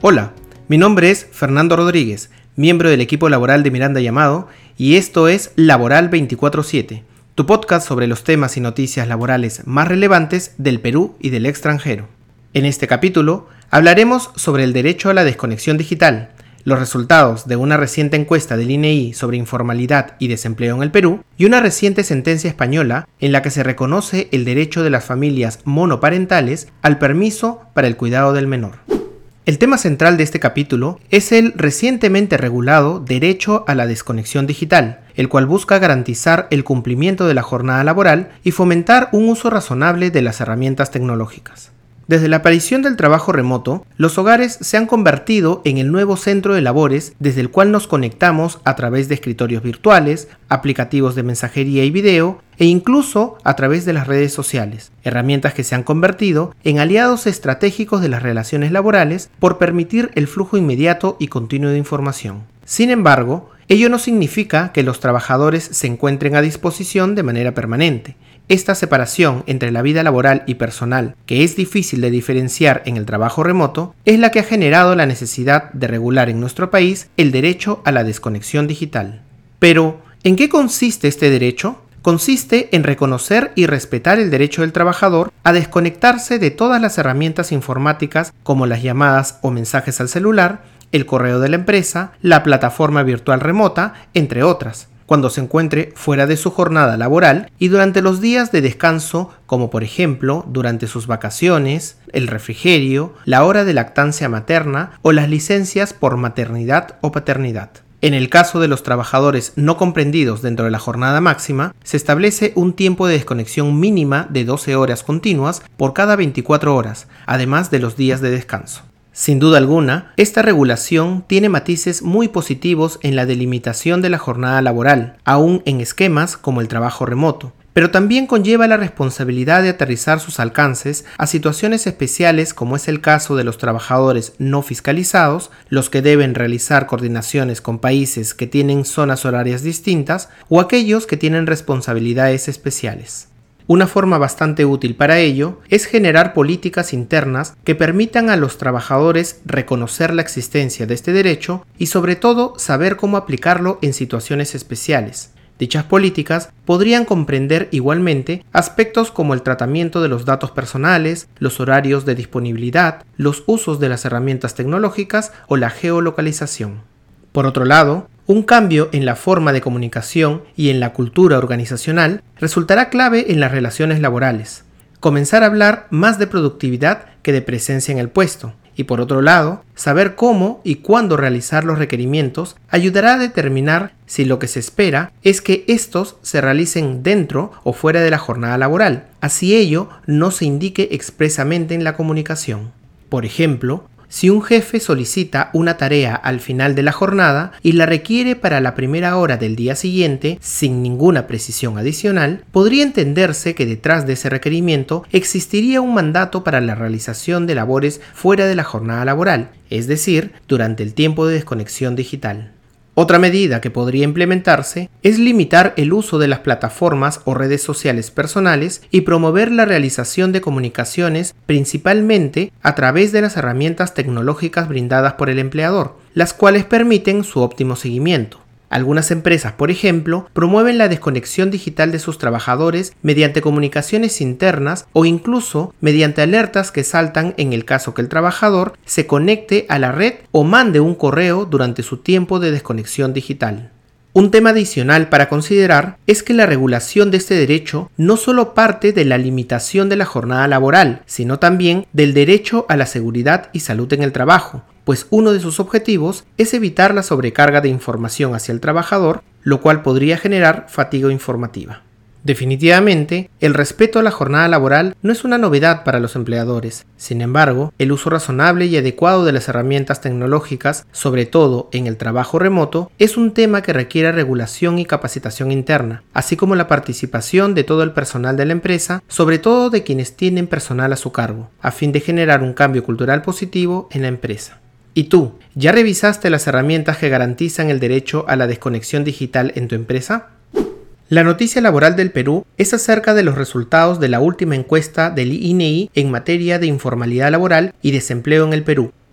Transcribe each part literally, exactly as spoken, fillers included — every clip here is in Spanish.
Hola, mi nombre es Fernando Rodríguez, miembro del equipo laboral de Miranda y Amado, y esto es Laboral veinticuatro siete, tu podcast sobre los temas y noticias laborales más relevantes del Perú y del extranjero. En este capítulo hablaremos sobre el derecho a la desconexión digital, los resultados de una reciente encuesta del I N E I sobre informalidad y desempleo en el Perú y una reciente sentencia española en la que se reconoce el derecho de las familias monoparentales al permiso para el cuidado del menor. El tema central de este capítulo es el recientemente regulado derecho a la desconexión digital, el cual busca garantizar el cumplimiento de la jornada laboral y fomentar un uso razonable de las herramientas tecnológicas. Desde la aparición del trabajo remoto, los hogares se han convertido en el nuevo centro de labores desde el cual nos conectamos a través de escritorios virtuales, aplicativos de mensajería y video e incluso a través de las redes sociales, herramientas que se han convertido en aliados estratégicos de las relaciones laborales por permitir el flujo inmediato y continuo de información. Sin embargo, ello no significa que los trabajadores se encuentren a disposición de manera permanente. Esta separación entre la vida laboral y personal, que es difícil de diferenciar en el trabajo remoto, es la que ha generado la necesidad de regular en nuestro país el derecho a la desconexión digital. Pero, ¿en qué consiste este derecho? Consiste en reconocer y respetar el derecho del trabajador a desconectarse de todas las herramientas informáticas como las llamadas o mensajes al celular, el correo de la empresa, la plataforma virtual remota, entre otras, cuando se encuentre fuera de su jornada laboral y durante los días de descanso, como por ejemplo durante sus vacaciones, el refrigerio, la hora de lactancia materna o las licencias por maternidad o paternidad. En el caso de los trabajadores no comprendidos dentro de la jornada máxima, se establece un tiempo de desconexión mínima de doce horas continuas por cada veinticuatro horas, además de los días de descanso. Sin duda alguna, esta regulación tiene matices muy positivos en la delimitación de la jornada laboral, aún en esquemas como el trabajo remoto, pero también conlleva la responsabilidad de aterrizar sus alcances a situaciones especiales como es el caso de los trabajadores no fiscalizados, los que deben realizar coordinaciones con países que tienen zonas horarias distintas o aquellos que tienen responsabilidades especiales. Una forma bastante útil para ello es generar políticas internas que permitan a los trabajadores reconocer la existencia de este derecho y sobre todo saber cómo aplicarlo en situaciones especiales. Dichas políticas podrían comprender igualmente aspectos como el tratamiento de los datos personales, los horarios de disponibilidad, los usos de las herramientas tecnológicas o la geolocalización. Por otro lado, un cambio en la forma de comunicación y en la cultura organizacional resultará clave en las relaciones laborales. Comenzar a hablar más de productividad que de presencia en el puesto. Y por otro lado, saber cómo y cuándo realizar los requerimientos ayudará a determinar si lo que se espera es que estos se realicen dentro o fuera de la jornada laboral, así ello no se indique expresamente en la comunicación. Por ejemplo, si un jefe solicita una tarea al final de la jornada y la requiere para la primera hora del día siguiente, sin ninguna precisión adicional, podría entenderse que detrás de ese requerimiento existiría un mandato para la realización de labores fuera de la jornada laboral, es decir, durante el tiempo de desconexión digital. Otra medida que podría implementarse es limitar el uso de las plataformas o redes sociales personales y promover la realización de comunicaciones principalmente a través de las herramientas tecnológicas brindadas por el empleador, las cuales permiten su óptimo seguimiento. Algunas empresas, por ejemplo, promueven la desconexión digital de sus trabajadores mediante comunicaciones internas o incluso mediante alertas que saltan en el caso que el trabajador se conecte a la red o mande un correo durante su tiempo de desconexión digital. Un tema adicional para considerar es que la regulación de este derecho no solo parte de la limitación de la jornada laboral, sino también del derecho a la seguridad y salud en el trabajo, pues uno de sus objetivos es evitar la sobrecarga de información hacia el trabajador, lo cual podría generar fatiga informativa. Definitivamente, el respeto a la jornada laboral no es una novedad para los empleadores. Sin embargo, el uso razonable y adecuado de las herramientas tecnológicas, sobre todo en el trabajo remoto, es un tema que requiere regulación y capacitación interna, así como la participación de todo el personal de la empresa, sobre todo de quienes tienen personal a su cargo, a fin de generar un cambio cultural positivo en la empresa. ¿Y tú, ya revisaste las herramientas que garantizan el derecho a la desconexión digital en tu empresa? La noticia laboral del Perú es acerca de los resultados de la última encuesta del I N E I en materia de informalidad laboral y desempleo en el Perú,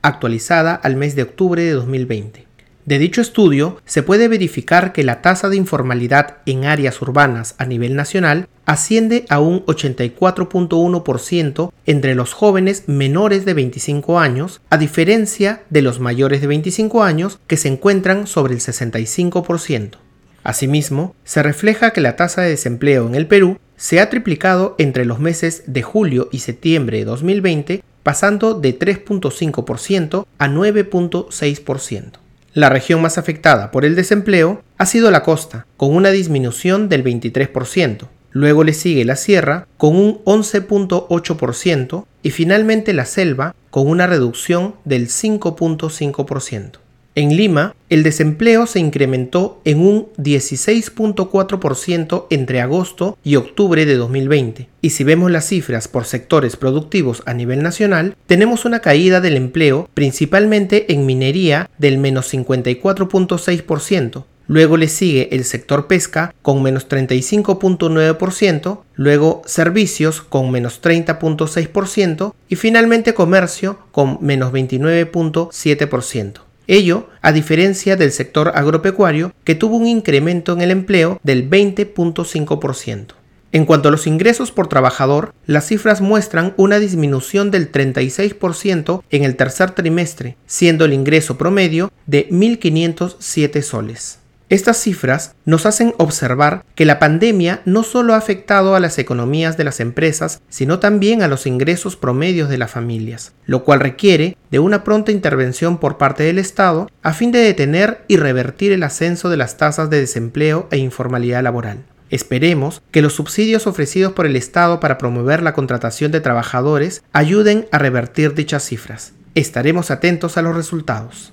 actualizada al mes de octubre de dos mil veinte. De dicho estudio, se puede verificar que la tasa de informalidad en áreas urbanas a nivel nacional asciende a un ochenta y cuatro punto uno por ciento entre los jóvenes menores de veinticinco años, a diferencia de los mayores de veinticinco años, que se encuentran sobre el sesenta y cinco por ciento. Asimismo, se refleja que la tasa de desempleo en el Perú se ha triplicado entre los meses de julio y septiembre de dos mil veinte, pasando de tres punto cinco por ciento a nueve punto seis por ciento. La región más afectada por el desempleo ha sido la costa, con una disminución del veintitrés por ciento. Luego le sigue la sierra, con un once punto ocho por ciento, y finalmente la selva, con una reducción del cinco punto cinco por ciento. En Lima, el desempleo se incrementó en un dieciséis punto cuatro por ciento entre agosto y octubre de dos mil veinte. Y si vemos las cifras por sectores productivos a nivel nacional, tenemos una caída del empleo principalmente en minería del menos cincuenta y cuatro punto seis por ciento. Luego le sigue el sector pesca con menos treinta y cinco punto nueve por ciento, luego servicios con menos treinta punto seis por ciento y finalmente comercio con menos veintinueve punto siete por ciento. Ello a diferencia del sector agropecuario, que tuvo un incremento en el empleo del veinte punto cinco por ciento. En cuanto a los ingresos por trabajador, las cifras muestran una disminución del treinta y seis por ciento en el tercer trimestre, siendo el ingreso promedio de mil quinientos siete soles. Estas cifras nos hacen observar que la pandemia no solo ha afectado a las economías de las empresas, sino también a los ingresos promedios de las familias, lo cual requiere de una pronta intervención por parte del Estado a fin de detener y revertir el ascenso de las tasas de desempleo e informalidad laboral. Esperemos que los subsidios ofrecidos por el Estado para promover la contratación de trabajadores ayuden a revertir dichas cifras. Estaremos atentos a los resultados.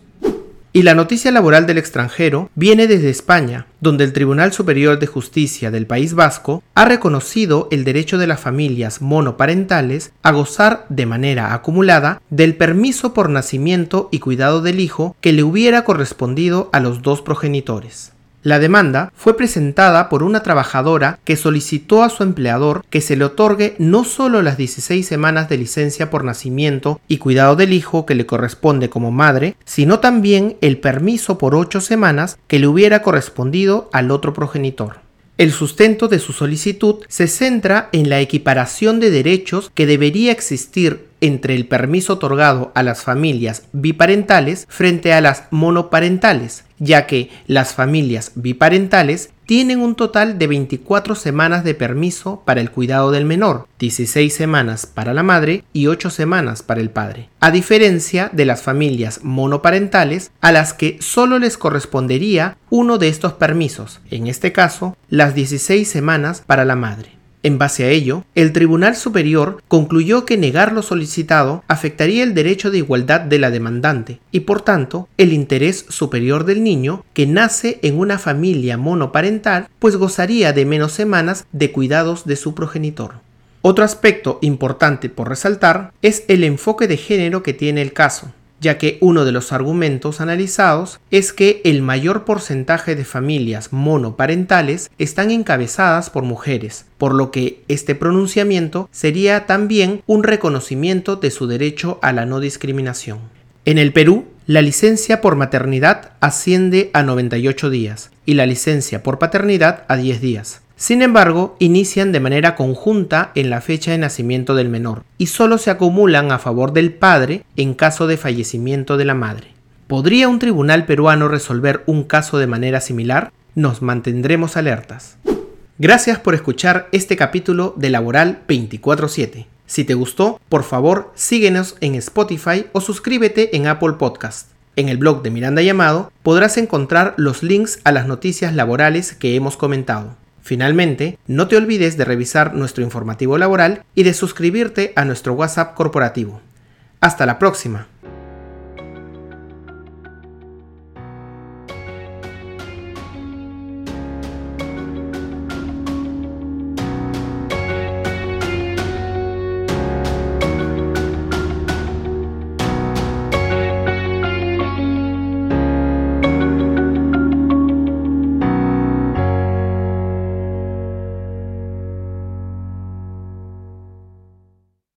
Y la noticia laboral del extranjero viene desde España, donde el Tribunal Superior de Justicia del País Vasco ha reconocido el derecho de las familias monoparentales a gozar de manera acumulada del permiso por nacimiento y cuidado del hijo que le hubiera correspondido a los dos progenitores. La demanda fue presentada por una trabajadora que solicitó a su empleador que se le otorgue no solo las dieciséis semanas de licencia por nacimiento y cuidado del hijo que le corresponde como madre, sino también el permiso por ocho semanas que le hubiera correspondido al otro progenitor. El sustento de su solicitud se centra en la equiparación de derechos que debería existir entre el permiso otorgado a las familias biparentales frente a las monoparentales, ya que las familias biparentales tienen un total de veinticuatro semanas de permiso para el cuidado del menor, dieciséis semanas para la madre y ocho semanas para el padre, a diferencia de las familias monoparentales a las que solo les correspondería uno de estos permisos, en este caso, las dieciséis semanas para la madre. En base a ello, el Tribunal Superior concluyó que negar lo solicitado afectaría el derecho de igualdad de la demandante y, por tanto, el interés superior del niño que nace en una familia monoparental, pues gozaría de menos semanas de cuidados de su progenitor. Otro aspecto importante por resaltar es el enfoque de género que tiene el caso, ya que uno de los argumentos analizados es que el mayor porcentaje de familias monoparentales están encabezadas por mujeres, por lo que este pronunciamiento sería también un reconocimiento de su derecho a la no discriminación. En el Perú, la licencia por maternidad asciende a noventa y ocho días y la licencia por paternidad a diez días. Sin embargo, inician de manera conjunta en la fecha de nacimiento del menor y solo se acumulan a favor del padre en caso de fallecimiento de la madre. ¿Podría un tribunal peruano resolver un caso de manera similar? Nos mantendremos alertas. Gracias por escuchar este capítulo de Laboral veinticuatro siete. Si te gustó, por favor síguenos en Spotify o suscríbete en Apple Podcast. En el blog de Miranda y Amado podrás encontrar los links a las noticias laborales que hemos comentado. Finalmente, no te olvides de revisar nuestro informativo laboral y de suscribirte a nuestro WhatsApp corporativo. Hasta la próxima.